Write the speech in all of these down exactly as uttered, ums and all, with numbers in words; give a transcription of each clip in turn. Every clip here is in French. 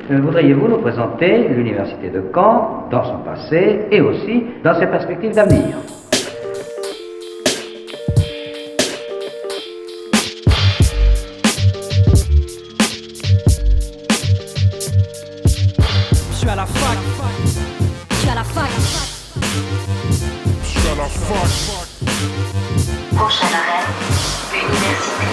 euh, voudriez-vous nous présenter l'université de Caen dans son passé et aussi dans ses perspectives d'avenir? Je suis à la fac. Je suis à la fac. Je suis à la fac. Prochain arrêt, l'université.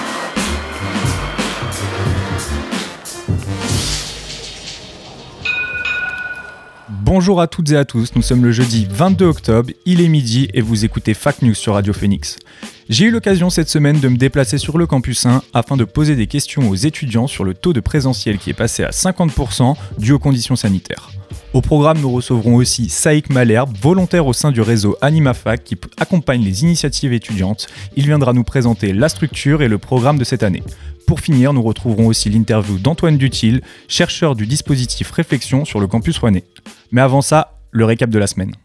Bonjour à toutes et à tous, nous sommes le jeudi vingt-deux octobre, il est midi et vous écoutez Fac News sur Radio Phoenix. J'ai eu l'occasion cette semaine de me déplacer sur le campus un afin de poser des questions aux étudiants sur le taux de présentiel qui est passé à cinquante pour cent dû aux conditions sanitaires. Au programme, nous recevrons aussi Saïk Malherbe, volontaire au sein du réseau AnimaFac qui accompagne les initiatives étudiantes. Il viendra nous présenter la structure et le programme de cette année. Pour finir, nous retrouverons aussi l'interview d'Antoine Dutil, chercheur du dispositif Réflexion sur le campus rouennais. Mais avant ça, le récap de la semaine.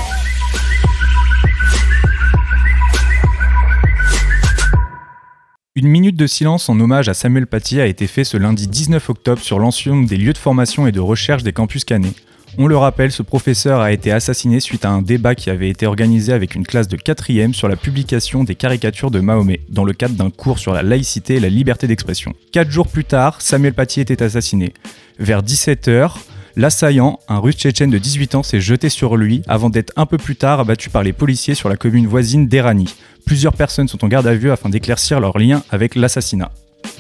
Une minute de silence en hommage à Samuel Paty a été fait ce lundi dix-neuf octobre sur l'ensemble des lieux de formation et de recherche des campus cannais. On le rappelle, ce professeur a été assassiné suite à un débat qui avait été organisé avec une classe de quatrième sur la publication des caricatures de Mahomet, dans le cadre d'un cours sur la laïcité et la liberté d'expression. Quatre jours plus tard, Samuel Paty était assassiné. Vers dix-sept heures, l'assaillant, un russe tchétchène de dix-huit ans, s'est jeté sur lui avant d'être un peu plus tard abattu par les policiers sur la commune voisine d'Erani. Plusieurs personnes sont en garde à vue afin d'éclaircir leur lien avec l'assassinat.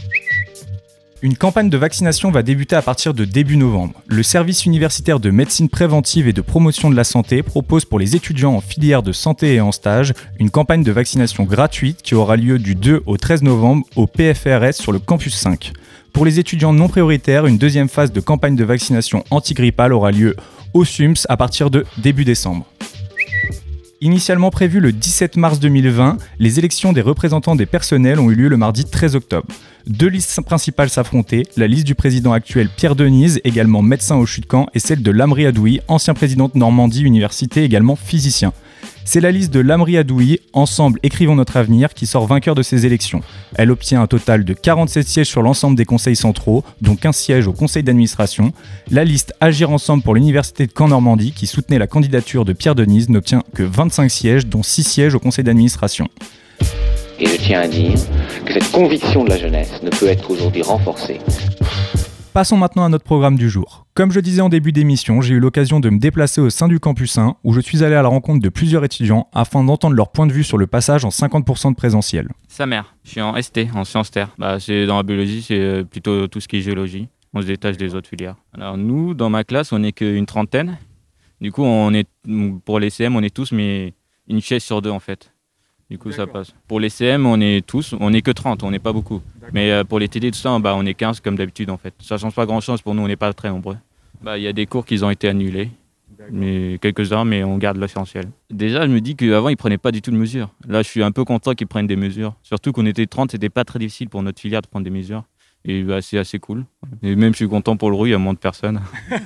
Une campagne de vaccination va débuter à partir de début novembre. Le service universitaire de médecine préventive et de promotion de la santé propose pour les étudiants en filière de santé et en stage une campagne de vaccination gratuite qui aura lieu du deux au treize novembre au P F R S sur le campus cinq. Pour les étudiants non prioritaires, une deuxième phase de campagne de vaccination antigrippale aura lieu au S U M S à partir de début décembre. Initialement prévues le dix-sept mars deux mille vingt, les élections des représentants des personnels ont eu lieu le mardi treize octobre. Deux listes principales s'affrontaient, la liste du président actuel Pierre Denise, également médecin au C H U de Caen, et celle de Lamri Adoui, ancien président de Normandie Université, également physicien. C'est la liste de Lamri Adoui, Ensemble écrivons notre avenir, qui sort vainqueur de ces élections. Elle obtient un total de quarante-sept sièges sur l'ensemble des conseils centraux, dont quinze sièges au conseil d'administration. La liste Agir ensemble pour l'Université de Caen-Normandie, qui soutenait la candidature de Pierre Denise, n'obtient que vingt-cinq sièges, dont six sièges au conseil d'administration. Et je tiens à dire que cette conviction de la jeunesse ne peut être aujourd'hui renforcée. Passons maintenant à notre programme du jour. Comme je disais en début d'émission, j'ai eu l'occasion de me déplacer au sein du campus un, où je suis allé à la rencontre de plusieurs étudiants afin d'entendre leur point de vue sur le passage en cinquante pour cent de présentiel. Sa mère, je suis en S T, en sciences terres. Bah, c'est dans la biologie, c'est plutôt tout ce qui est géologie. On se détache des autres filières. Alors nous, dans ma classe, on n'est qu'une trentaine. Du coup, on est, pour les C M, on est tous, mais une chaise sur deux en fait. Du coup, D'accord. Ça passe. Pour les C M, on est tous, on n'est que trente, on n'est pas beaucoup. D'accord. Mais euh, pour les T D, tout ça, bah, on est quinze comme d'habitude en fait. Ça ne change pas grand-chose pour nous, on n'est pas très nombreux. Bah, y a des cours qui ont été annulés, mais quelques-uns, mais on garde l'essentiel. Déjà, je me dis qu'avant, ils ne prenaient pas du tout de mesures. Là, je suis un peu content qu'ils prennent des mesures. Surtout qu'on était trente, c'était pas très difficile pour notre filière de prendre des mesures. Et bah, c'est assez cool. Et même, je suis content pour le RU, il y a moins de personnes.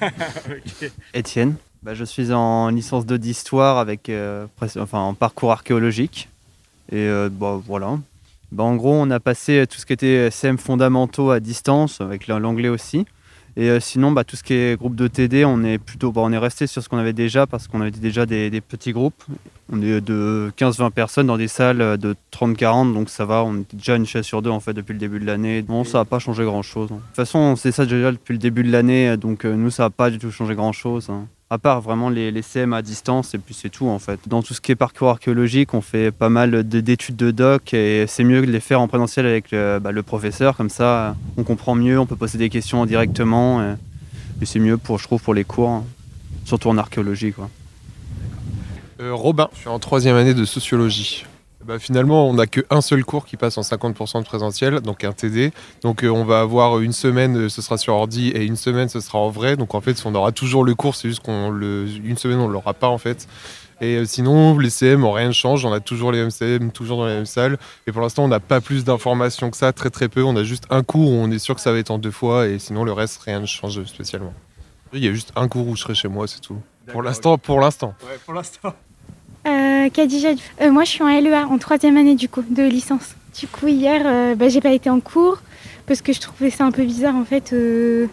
Okay. Étienne, bah, je suis en licence deux d'histoire avec, euh, enfin, en parcours archéologique. Et euh, bah, voilà. Bah, en gros, on a passé tout ce qui était S M fondamentaux à distance, avec l'anglais aussi. Et euh, sinon, bah, tout ce qui est groupe de T D, on est plutôt, bah, on est resté sur ce qu'on avait déjà parce qu'on avait déjà des, des petits groupes. On est de quinze vingt personnes dans des salles de trente quarante, donc ça va. On était déjà une chaise sur deux en fait depuis le début de l'année. Bon, ça n'a pas changé grand-chose. De toute façon, c'est ça déjà depuis le début de l'année, donc euh, nous, ça n'a pas du tout changé grand-chose. Hein. À part vraiment les, les C M à distance, et puis c'est tout en fait. Dans tout ce qui est parcours archéologique, on fait pas mal de, d'études de doc et c'est mieux de les faire en présentiel avec le, bah, le professeur, comme ça on comprend mieux, on peut poser des questions directement et, et c'est mieux pour, je trouve, pour les cours, hein, surtout en archéologie, quoi. Euh, Robin, je suis en troisième année de sociologie. Bah, finalement, on n'a qu'un seul cours qui passe en cinquante pour cent de présentiel, donc un T D. Donc euh, on va avoir une semaine, ce sera sur ordi, et une semaine, ce sera en vrai. Donc en fait, on aura toujours le cours, c'est juste qu'on le, une semaine, on ne l'aura pas en fait. Et euh, sinon, les C M, rien ne change, on a toujours les mêmes C M, toujours dans les mêmes salles. Et pour l'instant, on n'a pas plus d'informations que ça, très très peu. On a juste un cours où on est sûr que ça va être en deux fois, et sinon le reste, rien ne change spécialement. Il y a juste un cours où je serai chez moi, c'est tout. D'accord, pour l'instant, okay. pour l'instant. Ouais, pour l'instant. Euh, Khadija, euh, moi je suis en L E A, en troisième année du coup, de licence. Du coup hier, euh, bah, j'ai pas été en cours parce que je trouvais ça un peu bizarre en fait. Euh,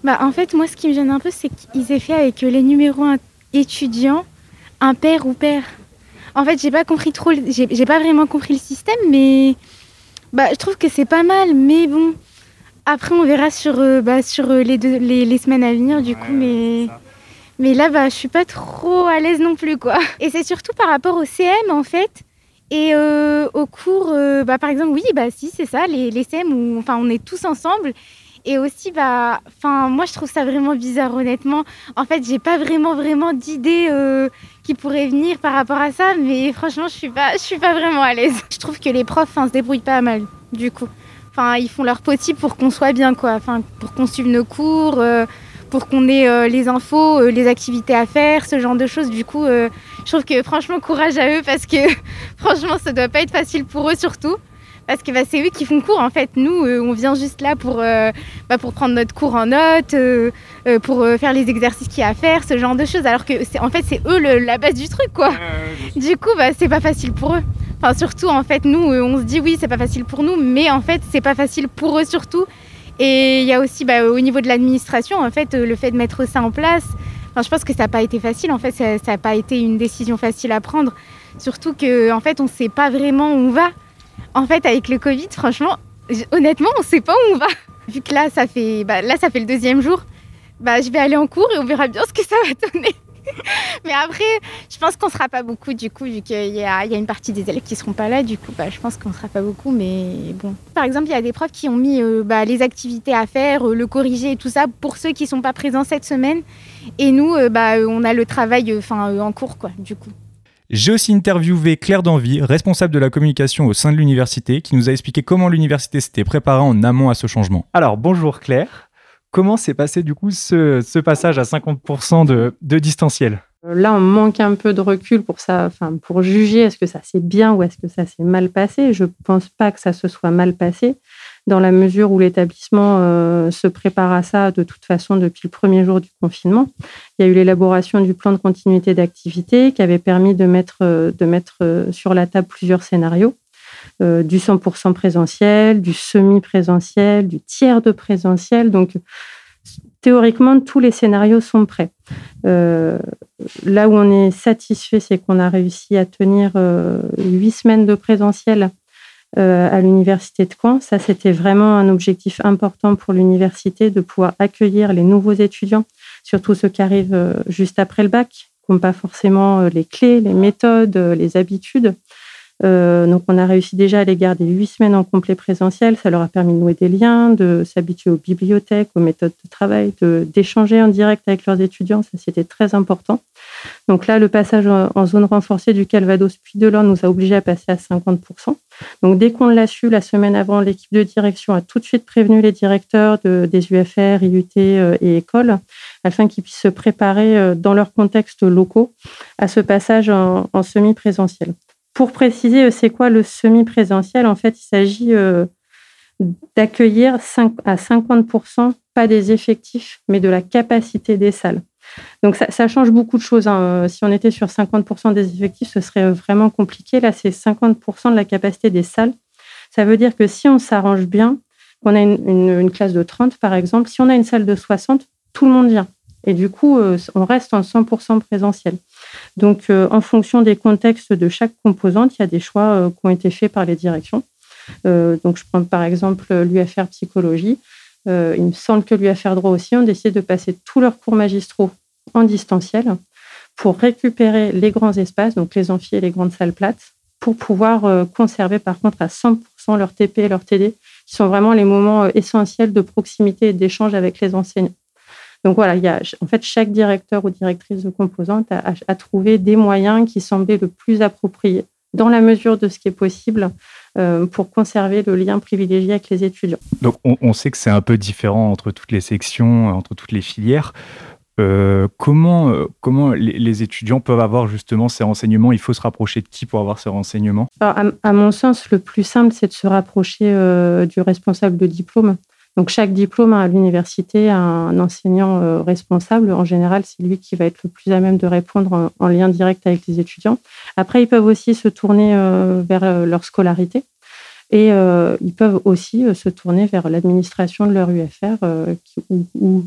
Bah, en fait, moi, ce qui me gêne un peu, c'est qu'ils aient fait avec les numéros étudiants impair ou pair. En fait, j'ai pas compris trop, le- j'ai, j'ai pas vraiment compris le système, mais bah, je trouve que c'est pas mal. Mais bon, après, on verra sur, euh, bah, sur euh, les, deux, les, les semaines à venir, du coup, mais... Mais là, bah, je suis pas trop à l'aise non plus, quoi. Et c'est surtout par rapport au C M, en fait, et euh, au cours, euh, bah, par exemple, oui, bah, si, c'est ça, les, les C M où enfin, on est tous ensemble. Et aussi, bah, enfin, moi, je trouve ça vraiment bizarre, honnêtement. En fait, j'ai pas vraiment, vraiment d'idées euh, qui pourraient venir par rapport à ça, mais franchement, je suis pas, je suis pas vraiment à l'aise. Je trouve que les profs, enfin, se débrouillent pas mal, du coup. Enfin, ils font leur possible pour qu'on soit bien, quoi. Enfin, pour qu'on suive nos cours. Euh, pour qu'on ait euh, les infos, euh, les activités à faire, ce genre de choses. Du coup, euh, je trouve que franchement, courage à eux parce que franchement, ça doit pas être facile pour eux surtout. Parce que bah, c'est eux qui font cours en fait. Nous, euh, on vient juste là pour, euh, bah, pour prendre notre cours en notes, euh, euh, pour euh, faire les exercices qu'il y a à faire, ce genre de choses. Alors que c'est, en fait, c'est eux le, la base du truc, quoi. Euh, du coup, bah, c'est pas facile pour eux. Enfin, surtout, en fait, nous, euh, on se dit oui, c'est pas facile pour nous, mais en fait, c'est pas facile pour eux surtout. Et il y a aussi bah, au niveau de l'administration, en fait, le fait de mettre ça en place, enfin, je pense que ça n'a pas été facile, en fait, ça n'a pas été une décision facile à prendre. Surtout qu'en en fait, on ne sait pas vraiment où on va. En fait, avec le Covid, franchement, honnêtement, on ne sait pas où on va. Vu que là, ça fait, bah, là, ça fait le deuxième jour, bah, je vais aller en cours et on verra bien ce que ça va donner. Mais après, je pense qu'on ne sera pas beaucoup du coup, vu qu'il y a, il y a une partie des élèves qui ne seront pas là. Du coup, bah, je pense qu'on ne sera pas beaucoup. Mais bon. Par exemple, il y a des profs qui ont mis euh, bah, les activités à faire, euh, le corriger et tout ça pour ceux qui ne sont pas présents cette semaine. Et nous, euh, bah, on a le travail euh, euh, en cours, quoi, du coup. J'ai aussi interviewé Claire Danvy, responsable de la communication au sein de l'université, qui nous a expliqué comment l'université s'était préparée en amont à ce changement. Alors, bonjour Claire. Comment s'est passé du coup ce, ce passage à cinquante pour cent de, de distanciel ? Là, on manque un peu de recul pour, ça, enfin, pour juger est-ce que ça s'est bien ou est-ce que ça s'est mal passé. Je ne pense pas que ça se soit mal passé, dans la mesure où l'établissement euh, se prépare à ça de toute façon depuis le premier jour du confinement. Il y a eu l'élaboration du plan de continuité d'activité qui avait permis de mettre, de mettre sur la table plusieurs scénarios. Euh, du cent pour cent présentiel, du semi-présentiel, du tiers de présentiel. Donc, théoriquement, tous les scénarios sont prêts. Euh, là où on est satisfait, c'est qu'on a réussi à tenir euh, huit semaines de présentiel euh, à l'université de Caen. Ça, c'était vraiment un objectif important pour l'université, de pouvoir accueillir les nouveaux étudiants, surtout ceux qui arrivent euh, juste après le bac, qui n'ont pas forcément euh, les clés, les méthodes, euh, les habitudes. Euh, donc, on a réussi déjà à les garder huit semaines en complet présentiel. Ça leur a permis de nouer des liens, de s'habituer aux bibliothèques, aux méthodes de travail, de, d'échanger en direct avec leurs étudiants. Ça, c'était très important. Donc là, le passage en, en zone renforcée du Calvados puis de l'Orne nous a obligés à passer à cinquante pour cent. Donc, dès qu'on l'a su, la semaine avant, l'équipe de direction a tout de suite prévenu les directeurs de, des U F R, I U T euh, et écoles, afin qu'ils puissent se préparer euh, dans leurs contextes locaux à ce passage en, en semi-présentiel. Pour préciser, c'est quoi le semi-présentiel ? En fait, il s'agit euh, d'accueillir cinq à cinquante pour cent, pas des effectifs, mais de la capacité des salles. Donc, ça, ça change beaucoup de choses. Hein. Si on était sur cinquante pour cent des effectifs, ce serait vraiment compliqué. Là, c'est cinquante pour cent de la capacité des salles. Ça veut dire que si on s'arrange bien, qu'on a une, une, une classe de trente, par exemple, si on a une salle de soixante, tout le monde vient. Et du coup, on reste en cent pour cent présentiel. Donc, euh, en fonction des contextes de chaque composante, il y a des choix euh, qui ont été faits par les directions. Euh, donc, je prends par exemple l'U F R psychologie. Euh, il me semble que l'U F R droit aussi ont décidé de passer tous leurs cours magistraux en distanciel pour récupérer les grands espaces, donc les amphis et les grandes salles plates, pour pouvoir euh, conserver par contre à cent pour cent leur T P et leur T D, qui sont vraiment les moments euh, essentiels de proximité et d'échange avec les enseignants. Donc voilà, il y a, en fait, chaque directeur ou directrice de composante a, a, a trouvé des moyens qui semblaient le plus appropriés, dans la mesure de ce qui est possible, euh, pour conserver le lien privilégié avec les étudiants. Donc on, on sait que c'est un peu différent entre toutes les sections, entre toutes les filières. Euh, comment euh, comment les, les étudiants peuvent avoir justement ces renseignements ? Il faut se rapprocher de qui pour avoir ces renseignements ? Alors, à, à mon sens, le plus simple, c'est de se rapprocher euh, du responsable de diplôme. Donc, chaque diplôme à l'université a un enseignant euh, responsable. En général, c'est lui qui va être le plus à même de répondre en, en lien direct avec les étudiants. Après, ils peuvent aussi se tourner euh, vers euh, leur scolarité et euh, ils peuvent aussi euh, se tourner vers l'administration de leur U F R euh, qui, où, où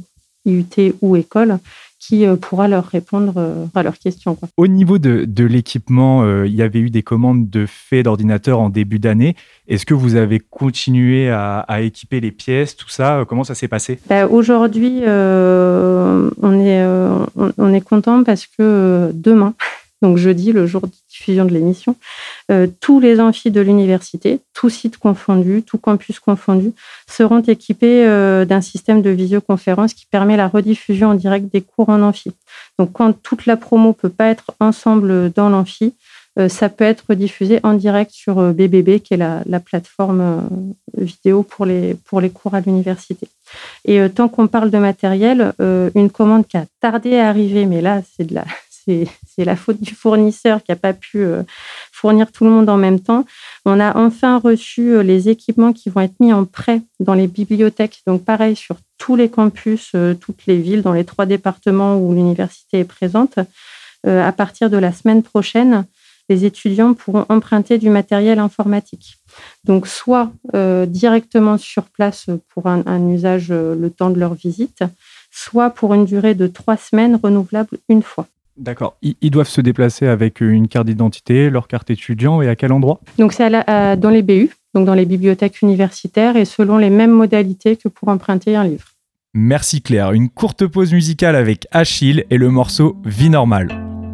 I U T ou école, qui euh, pourra leur répondre euh, à leurs questions, quoi. Au niveau de, de l'équipement, euh, il y avait eu des commandes de faits d'ordinateurs en début d'année. Est-ce que vous avez continué à, à équiper les pièces, tout ça? Comment ça s'est passé? Bah, aujourd'hui, euh, on est, euh, on, on est content parce que euh, demain, donc jeudi, le jour de diffusion de l'émission, euh, tous les amphis de l'université, tous sites confondus, tous campus confondus, seront équipés euh, d'un système de visioconférence qui permet la rediffusion en direct des cours en amphi. Donc, quand toute la promo peut pas être ensemble dans l'amphi, euh, ça peut être diffusé en direct sur euh, B B B, qui est la, la plateforme euh, vidéo pour les, pour les cours à l'université. Et euh, tant qu'on parle de matériel, euh, une commande qui a tardé à arriver, mais là, c'est de la... C'est la faute du fournisseur qui n'a pas pu fournir tout le monde en même temps. On a enfin reçu les équipements qui vont être mis en prêt dans les bibliothèques. Donc, pareil, sur tous les campus, toutes les villes, dans les trois départements où l'université est présente. À partir de la semaine prochaine, les étudiants pourront emprunter du matériel informatique. Donc, soit euh, directement sur place pour un, un usage le temps de leur visite, soit pour une durée de trois semaines renouvelable une fois. D'accord. Ils doivent se déplacer avec une carte d'identité, leur carte étudiant, et à quel endroit? Donc, c'est à la, à, dans les B U, donc dans les bibliothèques universitaires, et selon les mêmes modalités que pour emprunter un livre. Merci Claire. Une courte pause musicale avec Achille et le morceau Vie normale.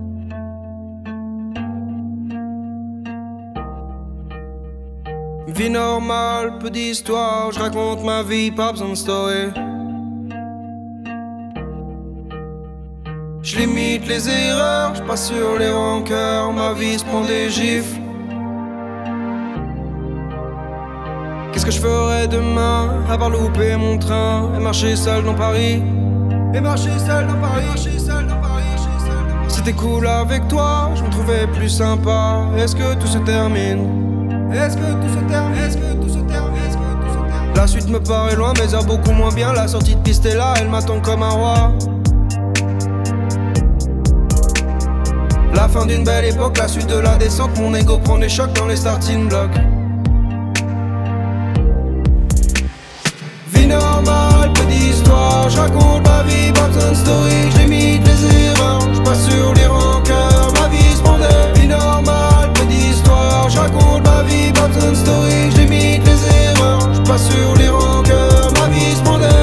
Vie normale, peu d'histoire, je raconte ma vie, pas besoin de story. Je limite les erreurs, je passe sur les rancœurs, ma vie se prend des gifles. Qu'est-ce que je ferais demain, à part louper mon train et marcher seul dans Paris? Et marcher seul dans Paris, marcher seul dans Paris, marcher seul dans Paris. C'était cool avec toi, je me trouvais plus sympa. Est-ce que tout se termine? Est-ce que tout se termine? Est-ce que tout se termine? Est-ce que tout se termine? La suite me paraît loin, mais heures beaucoup moins bien. La sortie de piste est là, elle m'attend comme un roi. La fin d'une belle époque, la suite de la descente. Mon ego prend des chocs dans les starting blocks. Vie normale, peu d'histoire. Je raconte ma vie, pas besoin de story. J'limite les erreurs, je passe sur les rancœurs. Ma vie se prend des vie normale, peu d'histoire. Je raconte ma vie, pas besoin de story. J'limite les erreurs, je passe sur les rancœurs. Ma vie se prend des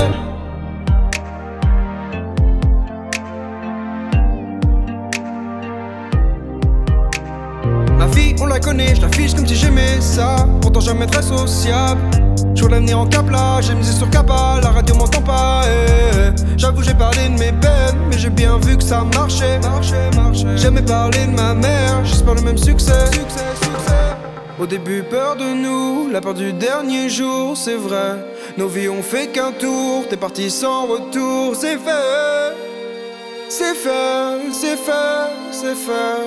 on la connaît, je l'affiche comme si j'aimais ça. Pourtant jamais très sociable. Je vois l'avenir en cap là, j'ai misé sur Kappa. La radio m'entend pas, eh. J'avoue j'ai parlé de mes peines, mais j'ai bien vu que ça marchait. Marchait, marchait. J'aimais parler de ma mère, j'espère le même succès. Succès, succès. Au début peur de nous, la peur du dernier jour, c'est vrai. Nos vies ont fait qu'un tour, t'es parti sans retour. C'est fait, c'est fait, c'est fait, c'est fait.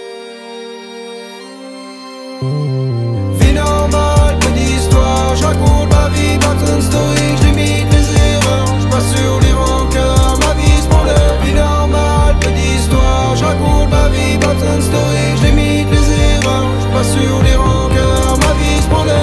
Vie normale, peu d'histoire, je raconte ma vie, pas besoin de story, je limite les erreurs, je passe sur les rancœurs, ma vie se prend le. Vie normale, peu d'histoire, je raconte ma vie, pas besoin de story, je limite les erreurs, je passe sur les rancœurs, ma vie se prend le.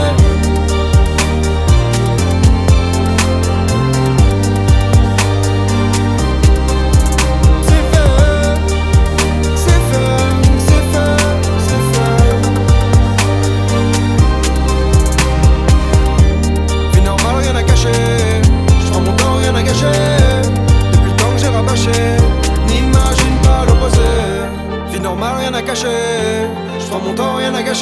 N'imagine pas l'opposé. Vie normale, rien à cacher. Je prends mon temps, rien à gâcher.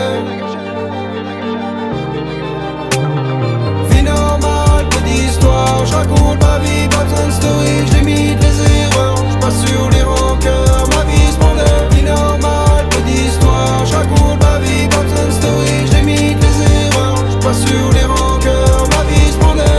Vie normale, peu d'histoire. Je raconte ma vie, pas besoin de story. Je limite les erreurs, je passe sur les rancœurs. Ma vie se prend de vie normale, peu d'histoire. Je raconte ma vie, pas besoin de story. Je limite les erreurs, je passe sur les rancœurs. Ma vie se prend de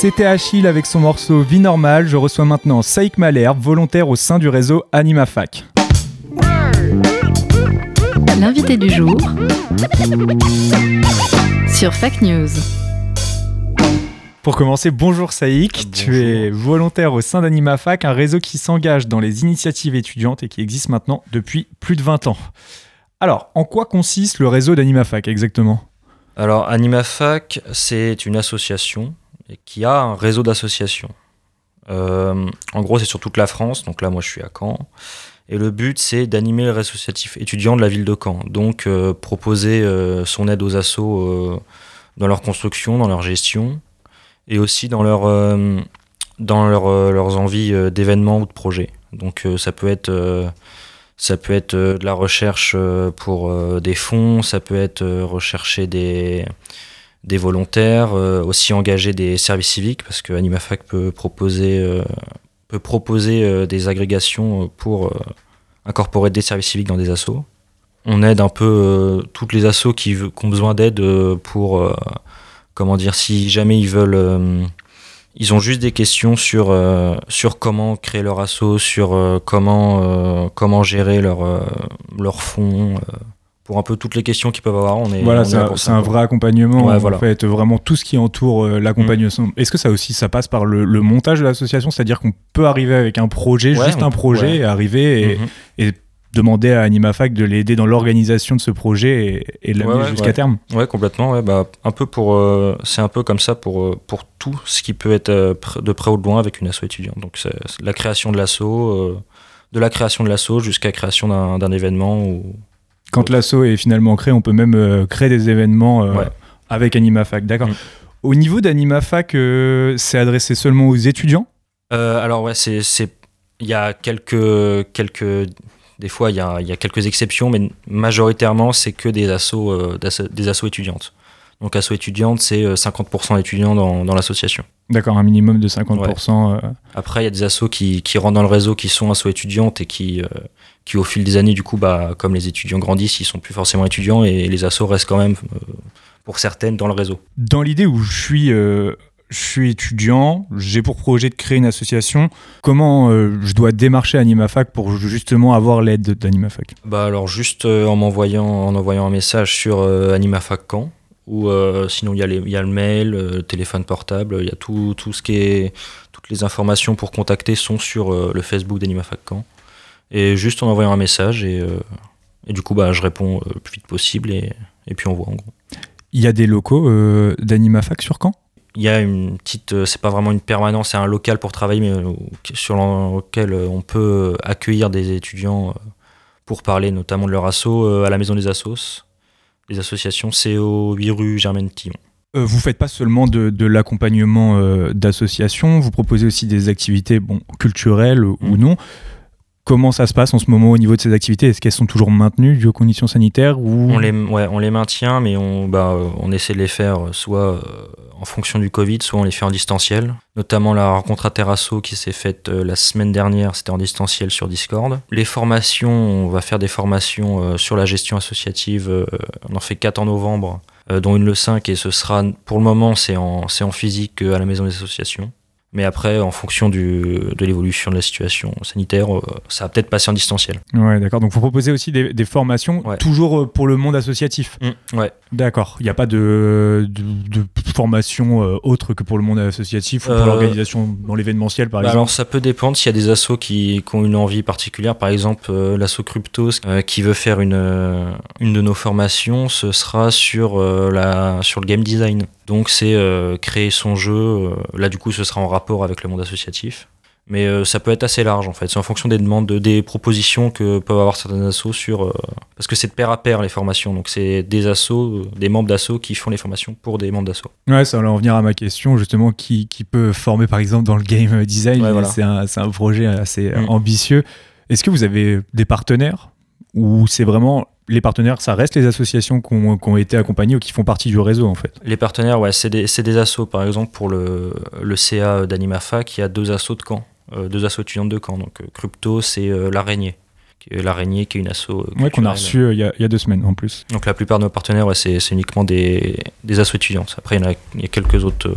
C'était Achille avec son morceau Vie normale. Je reçois maintenant Saïk Malherbe, volontaire au sein du réseau AnimaFac. L'invité du jour sur Fac News. Pour commencer, bonjour Saïk, bonjour. Tu es volontaire au sein d'AnimaFac, un réseau qui s'engage dans les initiatives étudiantes et qui existe maintenant depuis plus de vingt ans. Alors, en quoi consiste le réseau d'AnimaFac exactement ? Alors, AnimaFac, c'est une association qui a un réseau d'associations. Euh, en gros, c'est sur toute la France, donc là, moi, je suis à Caen. Et le but, c'est d'animer le réseau associatif étudiant de la ville de Caen. Donc, euh, proposer euh, son aide aux assos euh, dans leur construction, dans leur gestion, et aussi dans, leur, euh, dans leur, euh, leurs envies euh, d'événements ou de projets. Donc, euh, ça peut être... Euh, Ça peut être euh, de la recherche euh, pour euh, des fonds, ça peut être euh, rechercher des, des volontaires, euh, aussi engager des services civiques, parce que AnimaFac peut proposer, euh, peut proposer euh, des agrégations pour euh, incorporer des services civiques dans des assos. On aide un peu euh, toutes les assos qui, qui ont besoin d'aide euh, pour, euh, comment dire, si jamais ils veulent... Euh, Ils ont juste des questions sur, euh, sur comment créer leur asso, sur euh, comment, euh, comment gérer leur, euh, leur fonds. Euh, pour un peu toutes les questions qu'ils peuvent avoir, on est Voilà, on c'est, est un, pour c'est ça, un quoi. vrai accompagnement, Ouais, en voilà. fait, vraiment tout ce qui entoure euh, l'accompagnement. Mmh. Est-ce que ça aussi, ça passe par le, le montage de l'association, c'est-à-dire qu'on peut arriver avec un projet, Ouais, juste on, un projet, ouais. et arriver et, mmh. et demander à AnimaFac de l'aider dans l'organisation de ce projet et, et de l'amener ouais, ouais, jusqu'à ouais. terme. Ouais, complètement. Ouais, bah, un peu pour, euh, c'est un peu comme ça pour, pour tout ce qui peut être euh, de près ou de loin avec une asso étudiante. Donc, c'est, c'est la création de l'asso, euh, de la création de l'asso jusqu'à la création d'un, d'un événement. Ou... Quand l'asso est finalement créé, on peut même euh, créer des événements euh, ouais. avec AnimaFac. D'accord. Mmh. Au niveau d'AnimaFac, euh, c'est adressé seulement aux étudiants ? euh, Alors, ouais, c'est, c'est, il y a quelques, quelques Des fois, il y a, y a quelques exceptions, mais majoritairement, c'est que des assos, euh, des assos étudiantes. Donc, asso étudiante, c'est cinquante pour cent d'étudiants dans, dans l'association. D'accord, un minimum de cinquante pour cent. Ouais. Euh... Après, il y a des assos qui, qui rentrent dans le réseau, qui sont assos étudiantes et qui, euh, qui, au fil des années, du coup, bah, comme les étudiants grandissent, ils ne sont plus forcément étudiants et les assos restent quand même, euh, pour certaines, dans le réseau. Dans l'idée où je suis... Euh... Je suis étudiant, j'ai pour projet de créer une association. Comment euh, je dois démarcher AnimaFac pour justement avoir l'aide d'AnimaFac ? Bah alors juste euh, en m'envoyant en envoyant un message sur euh, AnimaFac Caen, ou euh, sinon il y a les, il y a le mail, euh, le téléphone portable, il y a tout tout ce qui est toutes les informations pour contacter sont sur euh, le Facebook d'AnimaFac Caen. Et juste en envoyant un message et euh, et du coup bah je réponds euh, le plus vite possible et et puis on voit en gros. Il y a des locaux euh, d'AnimaFac sur Caen ? Il y a une petite, euh, c'est pas vraiment une permanence, c'est un local pour travailler, mais euh, sur lequel euh, on peut accueillir des étudiants euh, pour parler notamment de leur asso euh, à la Maison des Assos, des associations, c'est au huit rue Germaine-Tillon. Euh, vous faites pas seulement de, de l'accompagnement euh, d'associations, vous proposez aussi des activités bon, culturelles mmh. ou non. Comment ça se passe en ce moment au niveau de ces activités ? Est-ce qu'elles sont toujours maintenues dues aux conditions sanitaires ou... on, les, ouais, on les maintient, mais on, bah, on essaie de les faire soit euh, en fonction du Covid, soit on les fait en distanciel. Notamment la rencontre Interasso qui s'est faite euh, la semaine dernière, c'était en distanciel sur Discord. Les formations, on va faire des formations euh, sur la gestion associative. Euh, on en fait quatre en novembre, euh, dont une le cinq, et ce sera, pour le moment, c'est en, c'est en physique à la Maison des Associations. Mais après, en fonction du, de l'évolution de la situation sanitaire, euh, ça va peut-être passer en distanciel. Ouais, d'accord. Donc, vous proposez aussi des, des formations, ouais. toujours pour le monde associatif. Mmh, ouais. D'accord. Il n'y a pas de, de, de formation euh, autre que pour le monde associatif ou pour euh, l'organisation dans l'événementiel, par bah exemple. Alors, ça peut dépendre s'il y a des assos qui, qui ont une envie particulière. Par exemple, euh, l'asso Cryptos euh, qui veut faire une, euh, une de nos formations, ce sera sur, euh, la, sur le game design. Donc c'est euh, créer son jeu, euh, là du coup ce sera en rapport avec le monde associatif, mais euh, ça peut être assez large en fait, c'est en fonction des demandes, de, des propositions que peuvent avoir certains assos sur, euh, parce que c'est de pair à pair les formations, donc c'est des assos, euh, des membres d'assos qui font les formations pour des membres d'assos. Ouais, ça va en venir à ma question justement, qui, qui peut former par exemple dans le game design, ouais, voilà. c'est, un, c'est un projet assez mmh. ambitieux. Est-ce que vous avez des partenaires ou c'est vraiment... Les partenaires, ça reste les associations qui ont, qui ont été accompagnées ou qui font partie du réseau, en fait. Les partenaires, ouais, c'est des, c'est des assos. Par exemple, pour le, le C A d'AnimaFac, il y a deux assos de Caen, euh, deux assos étudiantes de Caen. Donc, euh, Crypto, c'est euh, l'Araignée. L'Araignée, qui est une asso. Euh, ouais, qu'on a reçu il euh, y, y a deux semaines, en plus. Donc, la plupart de nos partenaires, ouais, c'est, c'est uniquement des, des assos étudiantes. Après, il y en a, il y a quelques autres... Euh,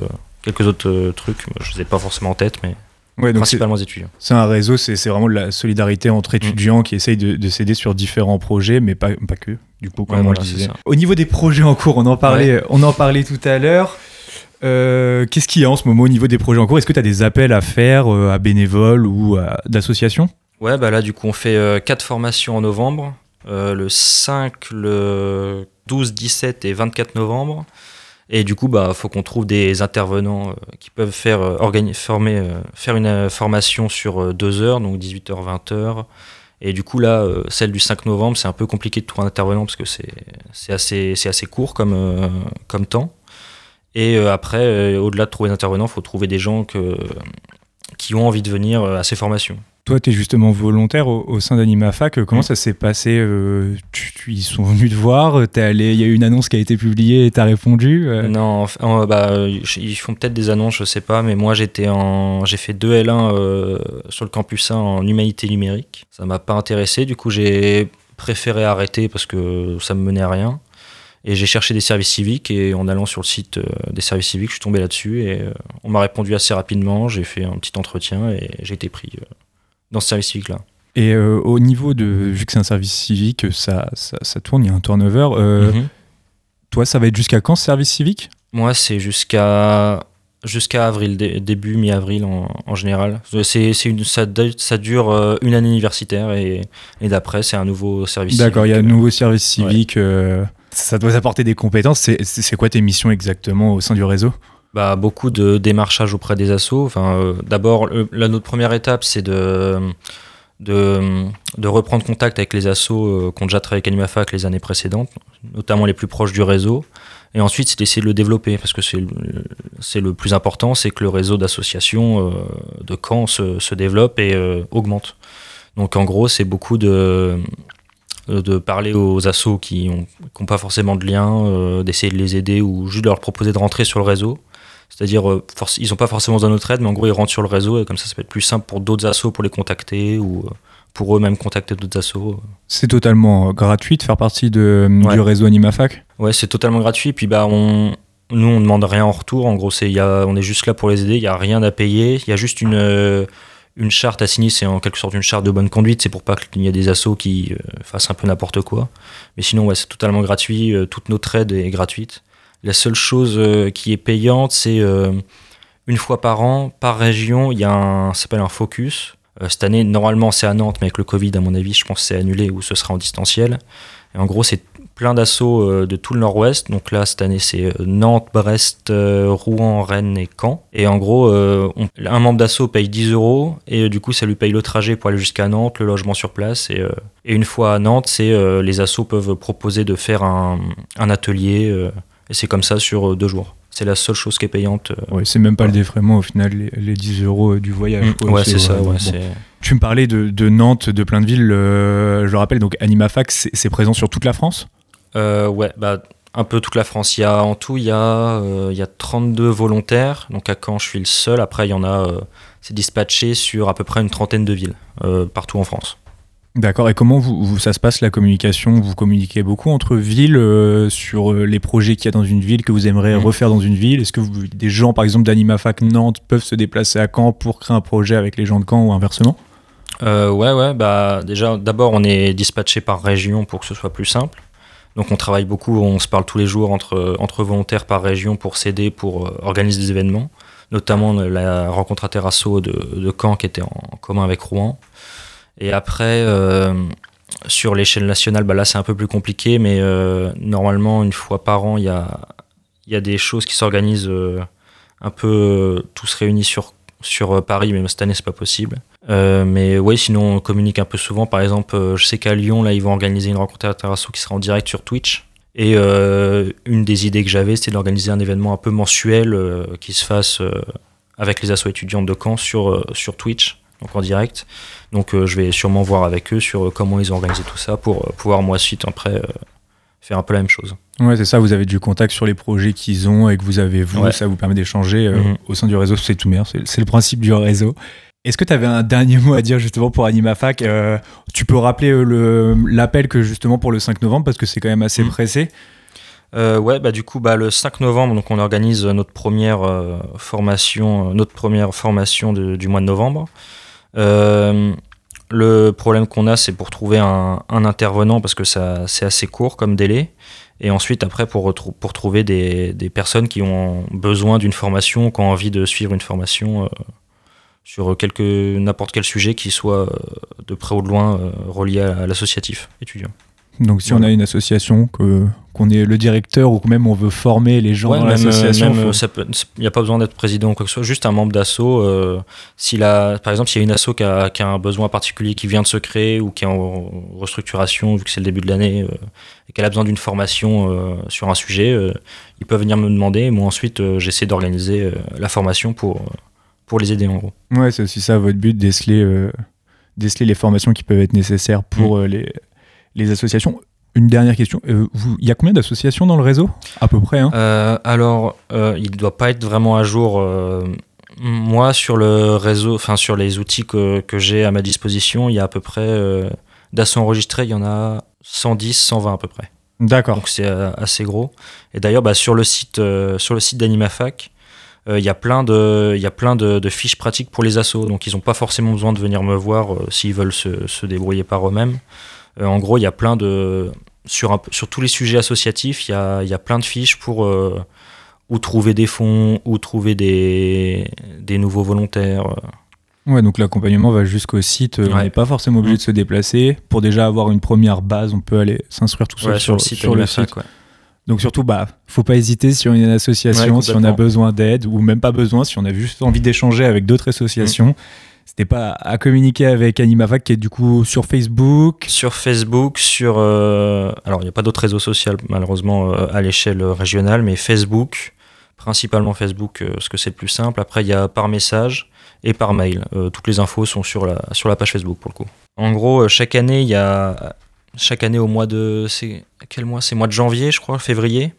quelques autres euh, trucs. Je ne les ai pas forcément en tête, mais ouais, donc principalement les étudiants. C'est un réseau, c'est, c'est vraiment de la solidarité entre étudiants mmh. qui essayent de, de s'aider sur différents projets, mais pas, pas que, du coup, comme ouais, on voilà, le disait. Au niveau des projets en cours, on en parlait, ouais. on en parlait tout à l'heure. Euh, qu'est-ce qu'il y a en ce moment au niveau des projets en cours ? Est-ce que tu as des appels à faire euh, à bénévoles ou à, d'associations ? Ouais, bah là, du coup, on fait euh, quatre formations en novembre. Euh, le cinq, le douze, dix-sept et vingt-quatre novembre. Et du coup, bah, faut qu'on trouve des intervenants euh, qui peuvent faire, euh, organi- former, euh, faire une euh, formation sur euh, deux heures, donc dix-huit heures, vingt heures. Et du coup, là, euh, celle du cinq novembre, c'est un peu compliqué de trouver un intervenant parce que c'est, c'est, assez, c'est assez court comme, euh, comme temps. Et euh, après, euh, au-delà de trouver des intervenants, il faut trouver des gens que, qui ont envie de venir euh, à ces formations. Toi, tu es justement volontaire au, au sein d'AnimaFac. Comment mmh. ça s'est passé euh, tu, tu, Ils sont venus te voir, t'es allé, il y a eu une annonce qui a été publiée et tu as répondu euh... Non, en, bah, ils font peut-être des annonces, je sais pas, mais moi j'étais en, j'ai fait deux L un euh, sur le campus un en humanité numérique. Ça m'a pas intéressé, du coup j'ai préféré arrêter parce que ça me menait à rien. Et j'ai cherché des services civiques et en allant sur le site euh, des services civiques, je suis tombé là-dessus et euh, on m'a répondu assez rapidement. J'ai fait un petit entretien et j'ai été pris euh, dans ce service civique-là. Et euh, au niveau de, vu que c'est un service civique, ça, ça, ça tourne, il y a un turnover. Euh, mm-hmm. Toi, ça va être jusqu'à quand ce service civique ? Moi, c'est jusqu'à, jusqu'à avril, d- début, mi-avril en, en général. C'est, c'est une, ça, ça dure euh, une année universitaire et, et d'après, c'est un nouveau service D'accord, civique. D'accord, il y a un nouveau service civique. Ouais. Euh, ça doit apporter des compétences. C'est, c'est, c'est quoi tes missions exactement au sein du réseau ? Bah, beaucoup de démarchage auprès des assos. Enfin, euh, d'abord, le, la, notre première étape, c'est de, de, de reprendre contact avec les assos euh, qui ont déjà travaillé avec AnimaFac les années précédentes, notamment les plus proches du réseau. Et ensuite, c'est d'essayer de le développer, parce que c'est le, c'est le plus important, c'est que le réseau d'associations euh, de Caen se, se développe et euh, augmente. Donc en gros, c'est beaucoup de, de parler aux assos qui n'ont pas forcément de lien, euh, d'essayer de les aider ou juste de leur proposer de rentrer sur le réseau. C'est-à-dire, euh, forc- ils n'ont pas forcément besoin de notre aide, mais en gros, ils rentrent sur le réseau et comme ça, ça peut être plus simple pour d'autres assos pour les contacter ou euh, pour eux-mêmes contacter d'autres assos. C'est totalement gratuit de faire partie de, ouais. du réseau AnimaFac ? Ouais, c'est totalement gratuit. Puis bah, on, nous, on ne demande rien en retour. En gros, c'est, y a, on est juste là pour les aider. Il n'y a rien à payer. Il y a juste une, euh, une charte à signer. C'est en quelque sorte une charte de bonne conduite. C'est pour pas qu'il y ait des assos qui euh, fassent un peu n'importe quoi. Mais sinon, ouais, c'est totalement gratuit. Euh, toute notre aide est gratuite. La seule chose euh, qui est payante, c'est euh, une fois par an, par région, il y a un, ça s'appelle un focus. Euh, cette année, normalement, c'est à Nantes, mais avec le Covid, à mon avis, je pense que c'est annulé ou ce sera en distanciel. Et en gros, c'est plein d'assauts euh, de tout le nord-ouest. Donc là, cette année, c'est euh, Nantes, Brest, euh, Rouen, Rennes et Caen. Et en gros, euh, on, un membre d'asso paye dix euros et euh, du coup, ça lui paye le trajet pour aller jusqu'à Nantes, le logement sur place. Et, euh, et une fois à Nantes, c'est, euh, les assos peuvent proposer de faire un, un atelier. Euh, et c'est comme ça sur euh, deux jours. C'est la seule chose qui est payante. Euh, ouais, c'est même pas ouais. le défraiement au final, les, les dix euros du voyage. Mmh, ouais, c'est, c'est ça. Ouais, bon. c'est... Tu me parlais de, de Nantes, de plein de villes. Euh, je le rappelle, donc AnimaFac, c'est, c'est présent sur toute la France ? euh, Ouais, bah, un peu toute la France. Il y a, en tout, il y, a, euh, il y a trente-deux volontaires. Donc à Caen, je suis le seul. Après, il y en a, euh, c'est dispatché sur à peu près une trentaine de villes, euh, partout en France. D'accord, et comment vous, vous, ça se passe la communication ? Vous communiquez beaucoup entre villes euh, sur euh, les projets qu'il y a dans une ville que vous aimeriez mmh. refaire dans une ville ? Est-ce que vous, des gens, par exemple d'AnimaFac Nantes, peuvent se déplacer à Caen pour créer un projet avec les gens de Caen ou inversement ? euh, Ouais, ouais, bah déjà, d'abord on est dispatché par région pour que ce soit plus simple. Donc on travaille beaucoup, on se parle tous les jours entre, entre volontaires par région pour s'aider, pour euh, organiser des événements, notamment la rencontre Interasso de, de Caen qui était en commun avec Rouen. Et après, euh, sur l'échelle nationale, bah là c'est un peu plus compliqué, mais euh, normalement, une fois par an, il y a, y a des choses qui s'organisent euh, un peu euh, tous réunis sur, sur euh, Paris, mais cette année, c'est pas possible. Euh, mais ouais, sinon, on communique un peu souvent. Par exemple, euh, je sais qu'à Lyon, là, ils vont organiser une rencontre Interasso qui sera en direct sur Twitch. Et euh, une des idées que j'avais, c'était d'organiser un événement un peu mensuel euh, qui se fasse euh, avec les assos étudiantes de Caen sur, euh, sur Twitch. Donc en direct. Donc euh, je vais sûrement voir avec eux sur euh, comment ils ont organisé tout ça pour euh, pouvoir moi suite après euh, faire un peu la même chose. Ouais, c'est ça, vous avez du contact sur les projets qu'ils ont et que vous avez vous, ouais. ça vous permet d'échanger euh, mm-hmm. au sein du réseau, c'est tout meilleur, c'est, c'est le principe du réseau. Est-ce que tu avais un dernier mot à dire justement pour AnimaFac ? euh, Tu peux rappeler euh, le, l'appel que justement pour le cinq novembre parce que c'est quand même assez mm. pressé. Euh, ouais, bah du coup, bah, le cinq novembre, donc on organise notre première euh, formation, notre première formation de, du mois de novembre. Euh, le problème qu'on a, c'est pour trouver un, un intervenant parce que ça, c'est assez court comme délai. Et ensuite, après, pour, retrou- pour trouver des, des personnes qui ont besoin d'une formation, qui ont envie de suivre une formation euh, sur quelque, n'importe quel sujet qui soit euh, de près ou de loin euh, relié à, à l'associatif étudiant. Donc si Voilà. on a une association, que, qu'on est le directeur ou que même on veut former les gens Ouais, dans même, l'association, même, faut- ça peut- il n'y a pas besoin d'être président ou quoi que ce soit, juste un membre d'asso. Euh, s'il a, par exemple, s'il y a une asso qui a, qui a un besoin particulier qui vient de se créer ou qui est en restructuration, vu que c'est le début de l'année, euh, et qu'elle a besoin d'une formation euh, sur un sujet, euh, ils peuvent venir me demander. Et moi, ensuite, euh, j'essaie d'organiser euh, la formation pour, euh, pour les aider, en gros. Ouais, c'est aussi ça votre but, déceler, euh, déceler les formations qui peuvent être nécessaires pour Mm. euh, les, les associations. Une dernière question, euh, vous- il y a combien d'associations dans le réseau à peu près hein Euh, alors, euh, il ne doit pas être vraiment à jour. euh, moi, sur le réseau, enfin sur les outils que, que j'ai à ma disposition, il y a à peu près euh, d'assauts enregistrés, il y en a cent dix, cent vingt à peu près. D'accord. Donc c'est euh, assez gros. Et d'ailleurs, bah, sur le site, euh, sur le site d'AnimaFac, euh, il y a plein de, il y a plein de, de fiches pratiques pour les assos. Donc ils n'ont pas forcément besoin de venir me voir euh, s'ils veulent se, se débrouiller par eux-mêmes. Euh, en gros, il y a plein de sur un, sur tous les sujets associatifs, il y a, il y a plein de fiches pour euh, où trouver des fonds, où trouver des, des nouveaux volontaires. Ouais, donc l'accompagnement va jusqu'au site, euh, on Ouais. n'est pas forcément obligé de se déplacer. Pour déjà avoir une première base, on peut aller s'inscrire tout seul Ouais, sur, sur le site sur le AnimaFac, site. ouais. Donc surtout, bah, faut pas hésiter si on est une association, Ouais, si on a complètement. besoin d'aide, ou même pas besoin, si on a juste envie d'échanger avec d'autres associations. Mm. C'était pas à communiquer avec AnimaFac qui est du coup sur Facebook. Sur Facebook, sur... euh, alors, il n'y a pas d'autres réseaux sociaux, malheureusement, euh, à l'échelle régionale, mais Facebook, principalement Facebook, euh, parce que c'est le plus simple. Après, il y a par message et par mail. Euh, toutes les infos sont sur la, sur la page Facebook, pour le coup. En gros, euh, chaque année, il y a... Chaque année, au mois de... C'est quel mois ? C'est mois de janvier, je crois, février.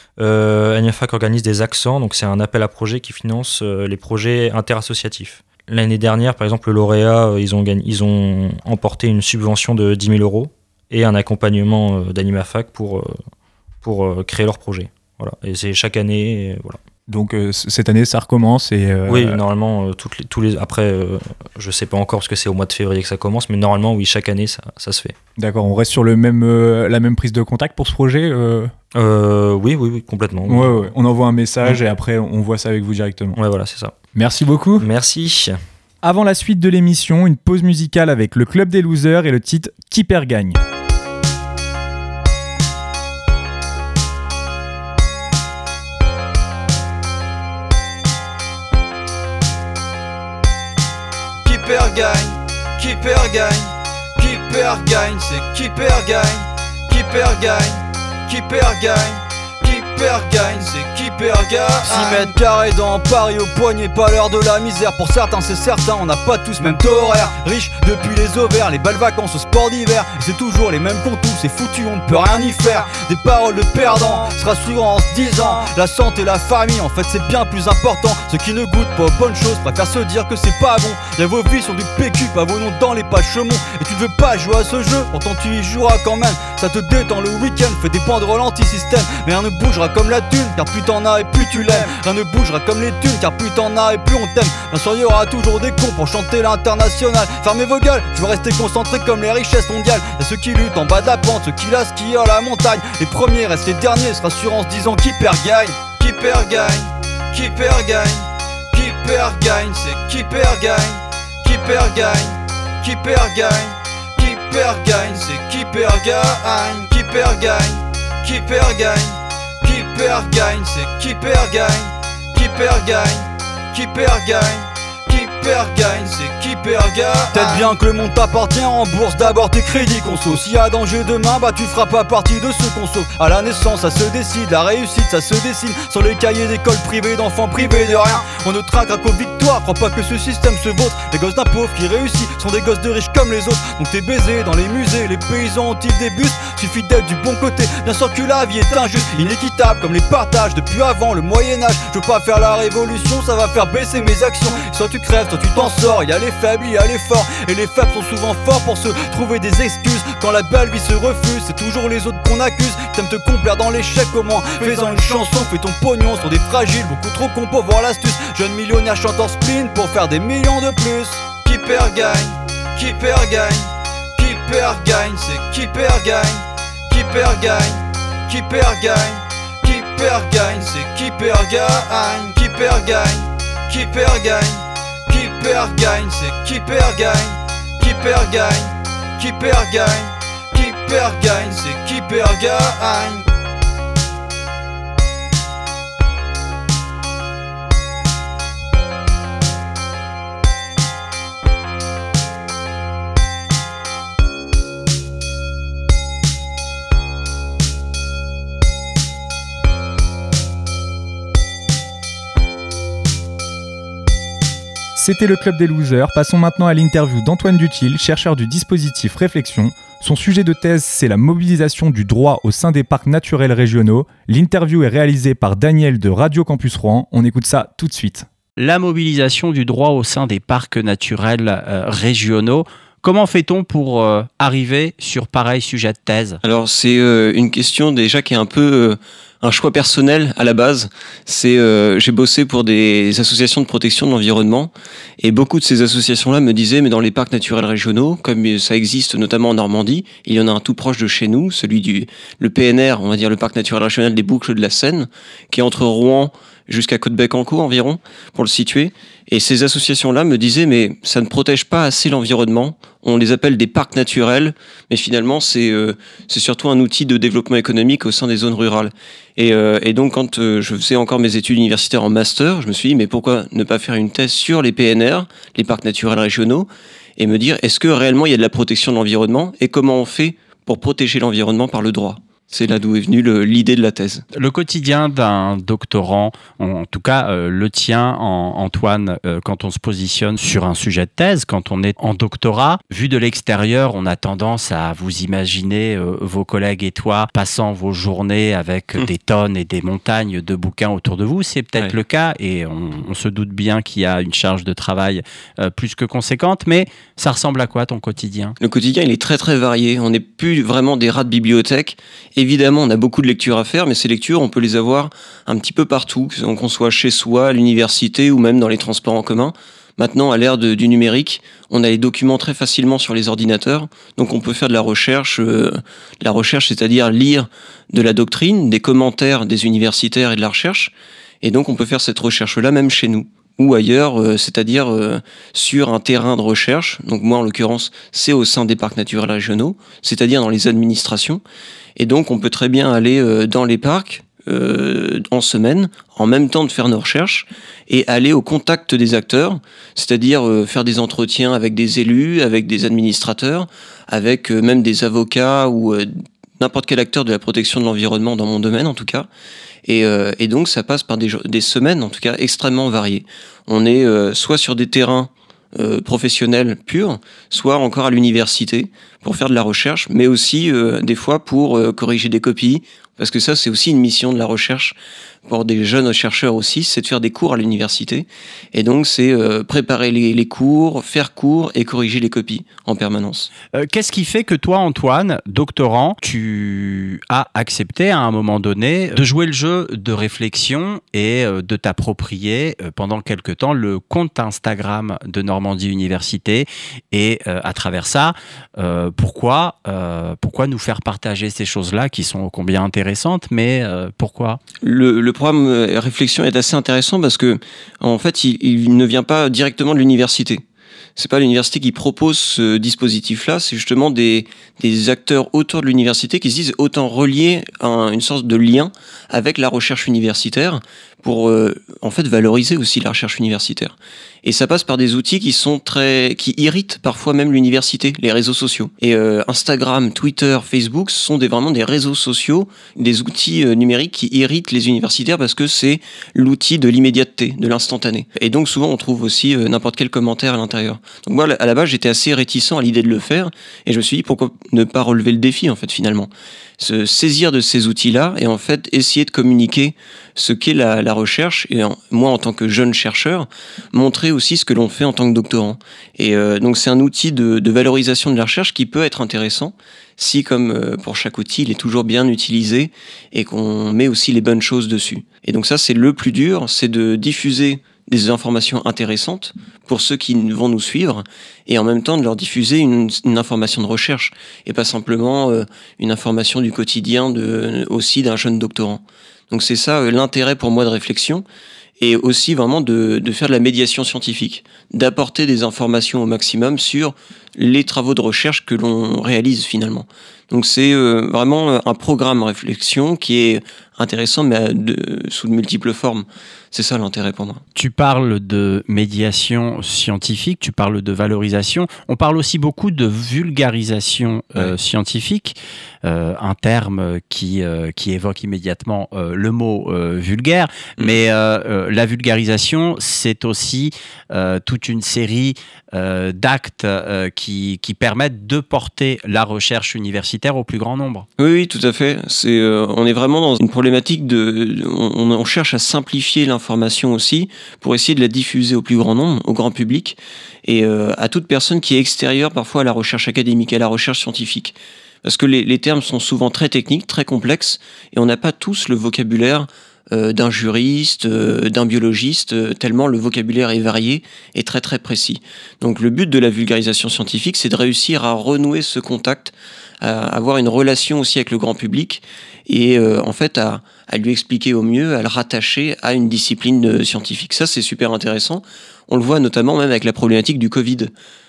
Euh, AnimaFac organise des accents, donc c'est un appel à projet qui finance euh, les projets interassociatifs. L'année dernière, par exemple, le lauréat, euh, ils ont, gagné, ils ont emporté une subvention de dix mille euros et un accompagnement euh, d'AnimaFac pour, euh, pour euh, créer leur projet. Voilà. Et c'est chaque année, et voilà. Donc euh, c- cette année, ça recommence et... euh, Oui, normalement, euh, toutes les, tous les, après, euh, je sais pas encore parce que c'est au mois de février que ça commence, mais normalement, oui, chaque année, ça, ça se fait. D'accord, on reste sur le même, euh, la même prise de contact pour ce projet euh... Euh, oui, oui, oui, complètement. Ouais, ouais. On envoie un message Mmh. et après, on voit ça avec vous directement. Ouais, voilà, c'est ça. Merci beaucoup. Merci. Avant la suite de l'émission, une pause musicale avec le Club des Losers et le titre Qui perd gagne. Qui perd gagne, qui perd gagne, qui perd gagne, c'est qui perd gagne, qui perd gagne, qui perd gagne, qui perd gagne, c'est qui perd gagne. six mètres carrés dans Paris au poignet, pas l'heure de la misère. Pour certains c'est certain, on n'a pas tous même taux horaire. Riche depuis les ovaires, les belles vacances au sport d'hiver. Et c'est toujours les mêmes contours, c'est foutu, on ne peut rien y faire. Des paroles de perdants, se rassurant en se disant la santé, la famille, en fait c'est bien plus important. Ceux qui ne goûtent pas aux bonnes choses préfèrent se dire que c'est pas bon. Y'a vos vies sur du P Q, pas vos noms dans les pages chemons. Et tu ne veux pas jouer à ce jeu, pourtant tu y joueras quand même. Ça te détend le week-end, fais des banderoles anti-système. Mais rien ne bougera comme la thune, car plus t'en as et plus tu l'aimes. Rien ne bougera comme les thunes, car plus t'en as et plus on t'aime. Bien sûr y aura toujours des cons pour chanter l'international. Fermez vos gueules, je veux rester concentré comme les richesses mondiales. Y'a ceux qui luttent en bas de la pente, ceux qui la skient à la montagne. Les premiers restent les derniers, se rassurant en se disant qui perd gagne. Qui perd gagne, qui perd gagne, qui perd gagne, c'est qui perd gagne, qui perd gagne, qui perd gagne, qui perd gagne, c'est qui perd gagne, qui perd gagne, qui perd gagne, qui perd gagne, c'est qui perd gagne, qui perd gagne, qui perd gagne, qui perd gagne, c'est qui perd gagne. Peut-être bien que le monde t'appartient en bourse, d'abord tes crédits conso. S'il y a danger demain, bah tu feras pas partie de ceux qu'on sauve. À la naissance, ça se décide, la réussite, ça se dessine. Sur les cahiers d'école privées, d'enfants privés de rien. On ne trinquera qu'aux victoires, crois pas que ce système se vautre. Les gosses d'un pauvre qui réussit sont des gosses de riches comme les autres. Donc t'es baisé dans les musées, les paysans ont-ils des bus? Suffit d'être du bon côté, bien sûr que la vie est injuste, inéquitable comme les partages depuis avant le Moyen-Âge. Je veux pas faire la révolution, ça va faire baisser mes actions. Soit tu crèves, toi tu t'en sors. Y'a les faibles, y'a les forts, et les faibles sont souvent forts pour se trouver des excuses. Quand la belle vie se refuse, c'est toujours les autres qu'on accuse. T'aimes te complaire dans l'échec, au moins fais-en une chanson. Fais ton pognon sur des fragiles, beaucoup trop qu'on peut voir l'astuce. Jeune millionnaire chanteur spleen pour faire des millions de plus. Qui perd gagne, qui perd gagne, qui perd gagne, c'est qui perd gagne, qui perd gagne, qui perd gagne, qui perd gagne, c'est qui perd gagne, qui perd gagne, qui perd gagne, qui perd gagne, c'est qui perd gagne, qui perd gagne, qui perd gagne, qui perd gagne, c'est qui perd gagne. C'était le Club des Losers. Passons maintenant à l'interview d'Antoine Dutil, chercheur du dispositif Réflexion. Son sujet de thèse, c'est la mobilisation du droit au sein des parcs naturels régionaux. L'interview est réalisée par Daniel de Radio Campus Rouen. On écoute ça tout de suite. La mobilisation du droit au sein des parcs naturels euh, régionaux. Comment fait-on pour euh, arriver sur pareil sujet de thèse ? Alors c'est euh, une question déjà qui est un peu euh, un choix personnel à la base. C'est euh, j'ai bossé pour des associations de protection de l'environnement et beaucoup de ces associations-là me disaient mais dans les parcs naturels régionaux, comme ça existe notamment en Normandie, il y en a un tout proche de chez nous, celui du le P N R, on va dire le parc naturel régional des Boucles de la Seine, qui est entre Rouen jusqu'à Côte-Bec-en-Caux environ, pour le situer. Et ces associations-là me disaient, mais ça ne protège pas assez l'environnement. On les appelle des parcs naturels, mais finalement, c'est euh, c'est surtout un outil de développement économique au sein des zones rurales. Et, euh, et donc, quand euh, je faisais encore mes études universitaires en master, je me suis dit, mais pourquoi ne pas faire une thèse sur les P N R, les parcs naturels régionaux, et me dire, est-ce que réellement il y a de la protection de l'environnement, et comment on fait pour protéger l'environnement par le droit ? C'est là d'où est venue le, l'idée de la thèse. Le quotidien d'un doctorant, en tout cas euh, le tien, en, Antoine, euh, quand on se positionne sur un sujet de thèse, quand on est en doctorat, vu de l'extérieur, on a tendance à vous imaginer, euh, vos collègues et toi, passant vos journées avec mmh. des tonnes et des montagnes de bouquins autour de vous. C'est peut-être ouais. le cas et on, on se doute bien qu'il y a une charge de travail euh, plus que conséquente, mais ça ressemble à quoi ton quotidien ? Le quotidien, il est très très varié. On n'est plus vraiment des rats de bibliothèque. Évidemment, on a beaucoup de lectures à faire, mais ces lectures, on peut les avoir un petit peu partout, qu'on soit chez soi, à l'université ou même dans les transports en commun. Maintenant, à l'ère de, du numérique, on a les documents très facilement sur les ordinateurs, donc on peut faire de la recherche, euh, de la recherche, c'est-à-dire lire de la doctrine, des commentaires des universitaires et de la recherche, et donc on peut faire cette recherche-là même chez nous ou ailleurs, euh, c'est-à-dire euh, sur un terrain de recherche. Donc moi, en l'occurrence, c'est au sein des parcs naturels régionaux, c'est-à-dire dans les administrations. Et donc, on peut très bien aller euh, dans les parcs euh, en semaine, en même temps de faire nos recherches, et aller au contact des acteurs, c'est-à-dire euh, faire des entretiens avec des élus, avec des administrateurs, avec euh, même des avocats ou euh, n'importe quel acteur de la protection de l'environnement dans mon domaine en tout cas. Et, euh, et donc, ça passe par des, des semaines, en tout cas, extrêmement variées. On est euh, soit sur des terrains euh, professionnels purs, soit encore à l'université pour faire de la recherche, mais aussi euh, des fois pour euh, corriger des copies, parce que ça, c'est aussi une mission de la recherche pour des jeunes chercheurs aussi, c'est de faire des cours à l'université. Et donc, c'est euh, préparer les, les cours, faire cours et corriger les copies en permanence. Euh, qu'est-ce qui fait que toi, Antoine, doctorant, tu as accepté à un moment donné de jouer le jeu de réflexion et euh, de t'approprier euh, pendant quelque temps le compte Instagram de Normandie Université et euh, à travers ça, euh, pourquoi, euh, pourquoi nous faire partager ces choses-là qui sont combien intéressantes, mais euh, pourquoi ? le, le programme Réflexion est assez intéressant parce que en fait, il, il ne vient pas directement de l'université. C'est pas l'université qui propose ce dispositif-là, c'est justement des, des acteurs autour de l'université qui se disent autant relier un, une sorte de lien avec la recherche universitaire pour euh, en fait valoriser aussi la recherche universitaire. Et ça passe par des outils qui sont très, qui irritent parfois même l'université, les réseaux sociaux. Et euh, Instagram, Twitter, Facebook sont des, vraiment des réseaux sociaux, des outils euh, numériques qui irritent les universitaires parce que c'est l'outil de l'immédiateté, de l'instantané. Et donc souvent on trouve aussi euh, n'importe quel commentaire à l'intérieur. Donc moi à la base j'étais assez réticent à l'idée de le faire et je me suis dit pourquoi ne pas relever le défi en fait finalement. se saisir de ces outils-là et en fait essayer de communiquer ce qu'est la, la recherche et en, moi en tant que jeune chercheur montrer aussi ce que l'on fait en tant que doctorant. Et euh, donc c'est un outil de, de valorisation de la recherche qui peut être intéressant si, comme euh, pour chaque outil, il est toujours bien utilisé et qu'on met aussi les bonnes choses dessus. Et donc ça c'est le plus dur, c'est de diffuser des informations intéressantes pour ceux qui vont nous suivre et en même temps de leur diffuser une, une information de recherche et pas simplement euh, une information du quotidien de, aussi d'un jeune doctorant. Donc c'est ça euh, l'intérêt pour moi de réflexion et aussi vraiment de, de faire de la médiation scientifique, d'apporter des informations au maximum sur les travaux de recherche que l'on réalise finalement. Donc c'est euh, vraiment un programme réflexion qui est intéressant mais de, sous de multiples formes. C'est ça l'intérêt pour moi. Tu parles de médiation scientifique, tu parles de valorisation. On parle aussi beaucoup de vulgarisation euh, ouais. scientifique, euh, un terme qui, euh, qui évoque immédiatement euh, le mot euh, vulgaire. Mmh. Mais euh, euh, la vulgarisation, c'est aussi euh, toute une série euh, d'actes euh, qui, qui permettent de porter la recherche universitaire au plus grand nombre. Oui, oui, tout à fait. C'est, euh, on est vraiment dans une problématique de... de on, on cherche à simplifier l'information formation aussi, pour essayer de la diffuser au plus grand nombre, au grand public, et euh, à toute personne qui est extérieure parfois à la recherche académique, à la recherche scientifique. Parce que les, les termes sont souvent très techniques, très complexes, et on n'a pas tous le vocabulaire euh, d'un juriste, euh, d'un biologiste, euh, tellement le vocabulaire est varié et très très précis. Donc le but de la vulgarisation scientifique, c'est de réussir à renouer ce contact, à avoir une relation aussi avec le grand public, et euh, en fait à, à lui expliquer au mieux, à le rattacher à une discipline scientifique. Ça, c'est super intéressant. On le voit notamment même avec la problématique du Covid.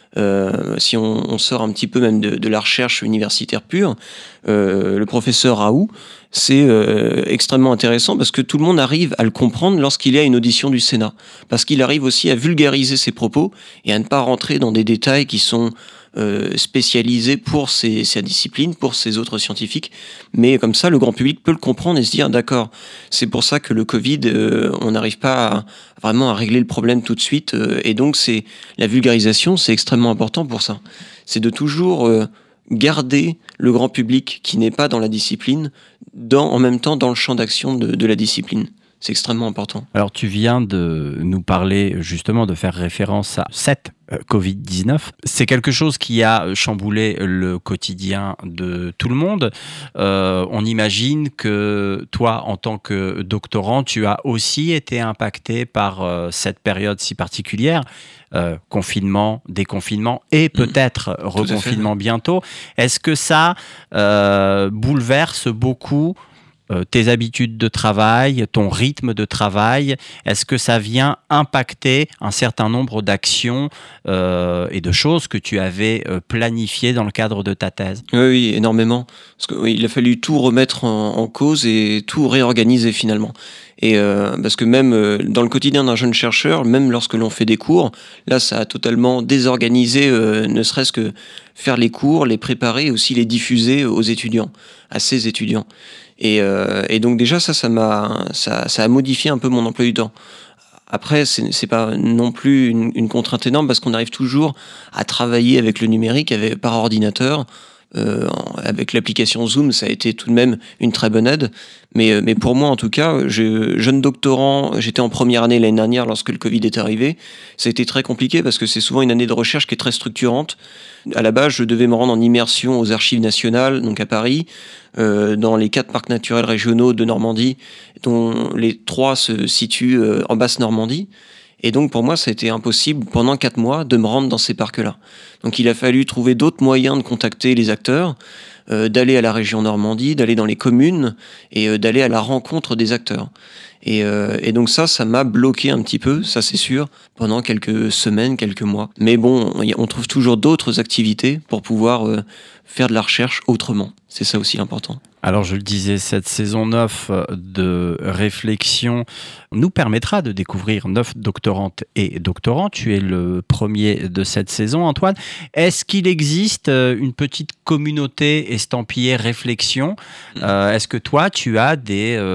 Euh, si on, on sort un petit peu même de, de la recherche universitaire pure, euh, le professeur Raoult, c'est euh, extrêmement intéressant parce que tout le monde arrive à le comprendre lorsqu'il y a une audition du Sénat. Parce qu'il arrive aussi à vulgariser ses propos et à ne pas rentrer dans des détails qui sont Euh, spécialisé pour ses, sa discipline, pour ses autres scientifiques, mais comme ça le grand public peut le comprendre et se dire d'accord, c'est pour ça que le Covid, euh, on n'arrive pas à, vraiment à régler le problème tout de suite, euh, et donc c'est la vulgarisation, c'est extrêmement important pour ça. C'est de toujours euh, garder le grand public qui n'est pas dans la discipline, dans, en même temps dans le champ d'action de, de la discipline. C'est extrêmement important. Alors tu viens de nous parler justement de faire référence à cette euh, covid dix-neuf. C'est quelque chose qui a chamboulé le quotidien de tout le monde. Euh, on imagine que toi, en tant que doctorant, tu as aussi été impacté par euh, cette période si particulière. Euh, confinement, déconfinement et peut-être mmh, reconfinement bientôt. Est-ce que ça euh, bouleverse beaucoup Euh, tes habitudes de travail, ton rythme de travail? Est-ce que ça vient impacter un certain nombre d'actions euh, et de choses que tu avais euh, planifiées dans le cadre de ta thèse? Oui, oui, énormément. Parce que, oui, il a fallu tout remettre en, en cause et tout réorganiser finalement. Et euh, parce que même euh, dans le quotidien d'un jeune chercheur, même lorsque l'on fait des cours, là ça a totalement désorganisé, euh, ne serait-ce que faire les cours, les préparer et aussi les diffuser aux étudiants, à ces étudiants. Et, euh, et donc déjà ça, ça m'a, ça, ça a modifié un peu mon emploi du temps. Après, c'est, c'est pas non plus une, une contrainte énorme parce qu'on arrive toujours à travailler avec le numérique, avec, par ordinateur. Euh, avec l'application Zoom, ça a été tout de même une très bonne aide. Mais, mais pour moi, en tout cas, je, jeune doctorant, j'étais en première année l'année dernière lorsque le Covid est arrivé. Ça a été très compliqué parce que c'est souvent une année de recherche qui est très structurante. À la base, je devais me rendre en immersion aux Archives nationales, donc à Paris, euh, dans les quatre parcs naturels régionaux de Normandie, dont les trois se situent euh, en Basse-Normandie. Et donc, pour moi, ça a été impossible pendant quatre mois de me rendre dans ces parcs-là. Donc, il a fallu trouver d'autres moyens de contacter les acteurs, euh, d'aller à la région Normandie, d'aller dans les communes et euh, d'aller à la rencontre des acteurs. Et, euh, et donc ça, ça m'a bloqué un petit peu, ça c'est sûr, pendant quelques semaines, quelques mois. Mais bon, on trouve toujours d'autres activités pour pouvoir euh, faire de la recherche autrement. C'est ça aussi l'important. Alors je le disais, cette saison neuf de réflexion nous permettra de découvrir neuf doctorantes et doctorants. Tu es le premier de cette saison, Antoine. Est-ce qu'il existe une petite communauté estampillée réflexion ? euh, Est-ce que toi, tu as des, euh,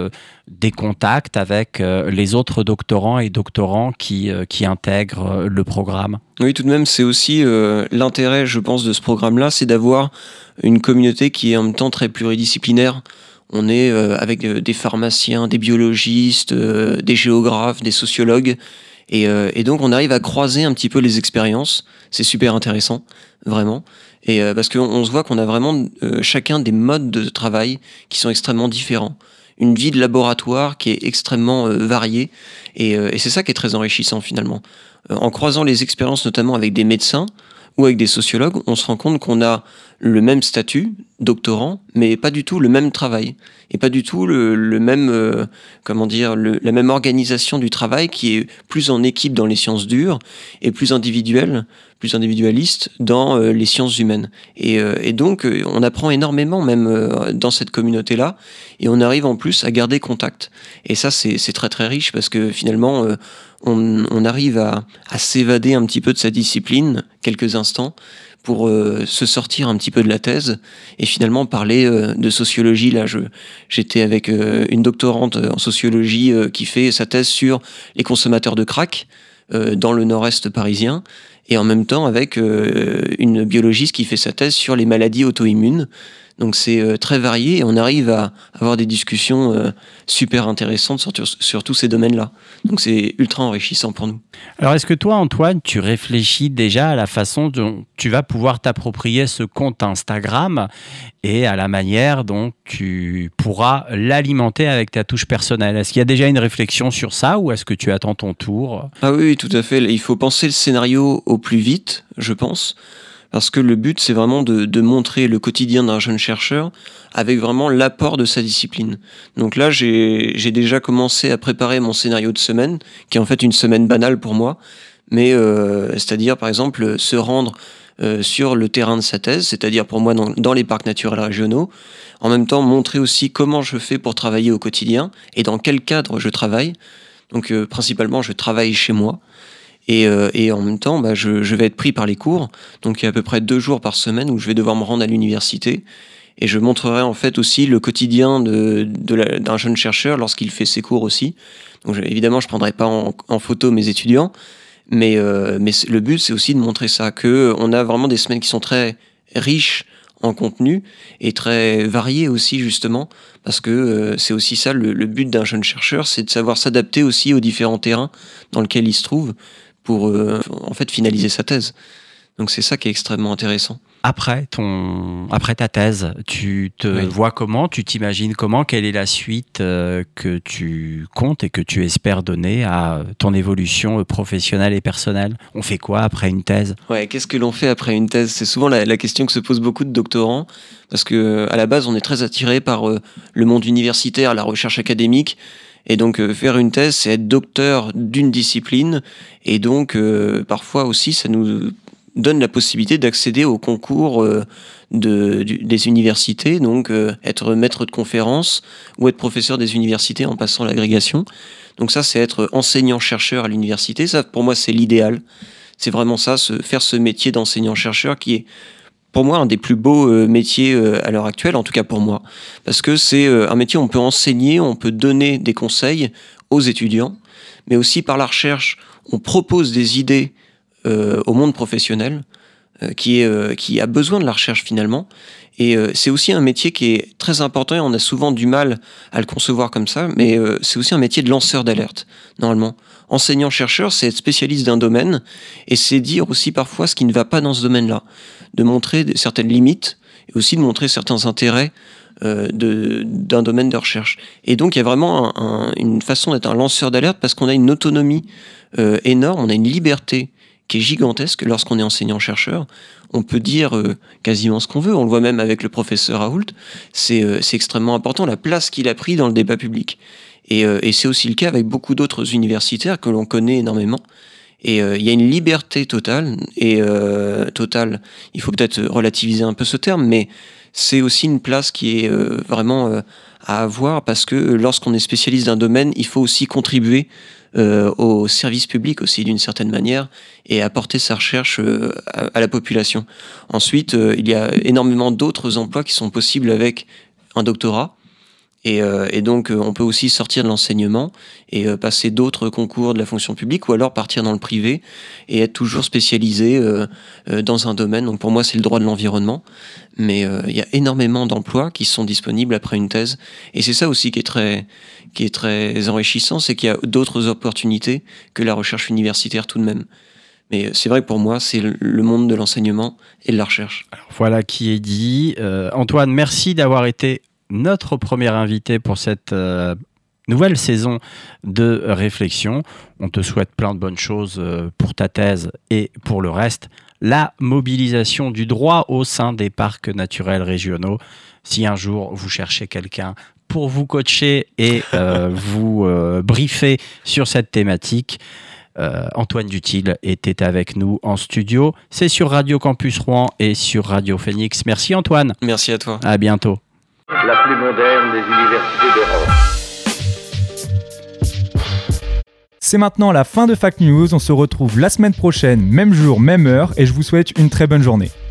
des contacts avec euh, les autres doctorants et doctorants qui, euh, qui intègrent euh, le programme. Oui, tout de même, c'est aussi euh, l'intérêt, je pense, de ce programme-là, c'est d'avoir une communauté qui est en même temps très pluridisciplinaire. On est euh, avec euh, des pharmaciens, des biologistes, euh, des géographes, des sociologues, et, euh, et donc on arrive à croiser un petit peu les expériences. C'est super intéressant, vraiment. Et euh, parce qu'on on se voit qu'on a vraiment euh, chacun des modes de travail qui sont extrêmement différents. Une vie de laboratoire qui est extrêmement euh, variée, et, euh, et c'est ça qui est très enrichissant finalement. Euh, en croisant les expériences notamment avec des médecins ou avec des sociologues, on se rend compte qu'on a le même statut, doctorant, mais pas du tout le même travail, et pas du tout le, le même, euh, comment dire, le, la même organisation du travail qui est plus en équipe dans les sciences dures et plus individuelle, plus individualiste dans euh, les sciences humaines. Et, euh, et donc, euh, on apprend énormément même euh, dans cette communauté-là, et on arrive en plus à garder contact. Et ça, c'est, c'est très très riche parce que finalement, euh, on, on arrive à, à s'évader un petit peu de sa discipline quelques instants pour euh, se sortir un petit peu de la thèse et finalement parler euh, de sociologie. Là, je, j'étais avec euh, une doctorante en sociologie euh, qui fait sa thèse sur les consommateurs de crack euh, dans le nord-est parisien, et en même temps avec euh, une biologiste qui fait sa thèse sur les maladies auto-immunes. Donc c'est euh, très varié, et on arrive à avoir des discussions euh, super intéressantes sur, sur tous ces domaines-là. Donc c'est ultra enrichissant pour nous. Alors est-ce que toi, Antoine, tu réfléchis déjà à la façon dont tu vas pouvoir t'approprier ce compte Instagram et à la manière dont tu pourras l'alimenter avec ta touche personnelle? Est-ce qu'il y a déjà une réflexion sur ça, ou est-ce que tu attends ton tour? Ah oui, tout à fait. Il faut penser le scénario au plus vite, je pense. Parce que le but, c'est vraiment de, de montrer le quotidien d'un jeune chercheur avec vraiment l'apport de sa discipline. Donc là, j'ai, j'ai déjà commencé à préparer mon scénario de semaine, qui est en fait une semaine banale pour moi, mais euh, c'est-à-dire, par exemple, se rendre euh, sur le terrain de sa thèse, c'est-à-dire pour moi dans, dans les parcs naturels régionaux, en même temps montrer aussi comment je fais pour travailler au quotidien et dans quel cadre je travaille. Donc euh, principalement, je travaille chez moi. Et, euh, et en même temps, bah, je, je vais être pris par les cours. Donc il y a à peu près deux jours par semaine où je vais devoir me rendre à l'université. Et je montrerai en fait aussi le quotidien de, de la, d'un jeune chercheur lorsqu'il fait ses cours aussi. Donc je, évidemment, je ne prendrai pas en, en photo mes étudiants. Mais, euh, mais le but, c'est aussi de montrer ça, qu'on a vraiment des semaines qui sont très riches en contenu et très variées aussi, justement. Parce que euh, c'est aussi ça, le, le but d'un jeune chercheur, c'est de savoir s'adapter aussi aux différents terrains dans lesquels il se trouve, pour euh, en fait finaliser sa thèse. Donc c'est ça qui est extrêmement intéressant. Après, ton... Après ta thèse, tu te oui. vois comment? Tu t'imagines comment? Quelle est la suite euh, que tu comptes et que tu espères donner à ton évolution professionnelle et personnelle? On fait quoi après une thèse? Ouais, qu'est-ce que l'on fait après une thèse? C'est souvent la, la question que se posent beaucoup de doctorants, parce que à la base, on est très attiré par euh, le monde universitaire, la recherche académique. Et donc euh, faire une thèse, c'est être docteur d'une discipline, et donc euh, parfois aussi ça nous donne la possibilité d'accéder aux concours euh, de, du, des universités, donc euh, être maître de conférence ou être professeur des universités en passant l'agrégation. Donc ça, c'est être enseignant-chercheur à l'université. Ça, pour moi, c'est l'idéal. C'est vraiment ça, ce, faire ce métier d'enseignant-chercheur qui est pour moi un des plus beaux euh, métiers euh, à l'heure actuelle, en tout cas pour moi, parce que c'est euh, un métier où on peut enseigner, on peut donner des conseils aux étudiants, mais aussi par la recherche, on propose des idées euh, au monde professionnel euh, qui, est, euh, qui a besoin de la recherche finalement, et euh, c'est aussi un métier qui est très important, et on a souvent du mal à le concevoir comme ça, mais euh, c'est aussi un métier de lanceur d'alerte, normalement. Enseignant-chercheur, c'est être spécialiste d'un domaine, et c'est dire aussi parfois ce qui ne va pas dans ce domaine-là, de montrer certaines limites, et aussi de montrer certains intérêts euh, de, d'un domaine de recherche. Et donc il y a vraiment un, un, une façon d'être un lanceur d'alerte, parce qu'on a une autonomie euh, énorme, on a une liberté qui est gigantesque lorsqu'on est enseignant-chercheur. On peut dire euh, quasiment ce qu'on veut, on le voit même avec le professeur Raoult, c'est, euh, c'est extrêmement important, la place qu'il a pris dans le débat public. Et, euh, et c'est aussi le cas avec beaucoup d'autres universitaires que l'on connaît énormément. Et il euh, y a une liberté totale, et euh, totale, il faut peut-être relativiser un peu ce terme, mais c'est aussi une place qui est euh, vraiment euh, à avoir, parce que lorsqu'on est spécialiste d'un domaine, il faut aussi contribuer euh, au service public aussi d'une certaine manière, et apporter sa recherche euh, à, à la population. Ensuite, euh, il y a énormément d'autres emplois qui sont possibles avec un doctorat, Et, euh, et donc, euh, on peut aussi sortir de l'enseignement et euh, passer d'autres concours de la fonction publique, ou alors partir dans le privé et être toujours spécialisé euh, euh, dans un domaine. Donc, pour moi, c'est le droit de l'environnement. Mais euh, il y a énormément d'emplois qui sont disponibles après une thèse. Et c'est ça aussi qui est très, qui est très enrichissant, c'est qu'il y a d'autres opportunités que la recherche universitaire tout de même. Mais c'est vrai que pour moi, c'est le monde de l'enseignement et de la recherche. Alors, voilà qui est dit. Euh, Antoine, merci d'avoir été notre premier invité pour cette euh, nouvelle saison de réflexion. On te souhaite plein de bonnes choses euh, pour ta thèse et pour le reste. La mobilisation du droit au sein des parcs naturels régionaux. Si un jour vous cherchez quelqu'un pour vous coacher et euh, vous euh, briefer sur cette thématique, euh, Antoine Dutil était avec nous en studio. C'est sur Radio Campus Rouen et sur Radio Phoenix. Merci Antoine. Merci à toi. À bientôt. La plus moderne des universités d'Europe. C'est maintenant la fin de Fact News. On se retrouve la semaine prochaine, même jour, même heure, et je vous souhaite une très bonne journée.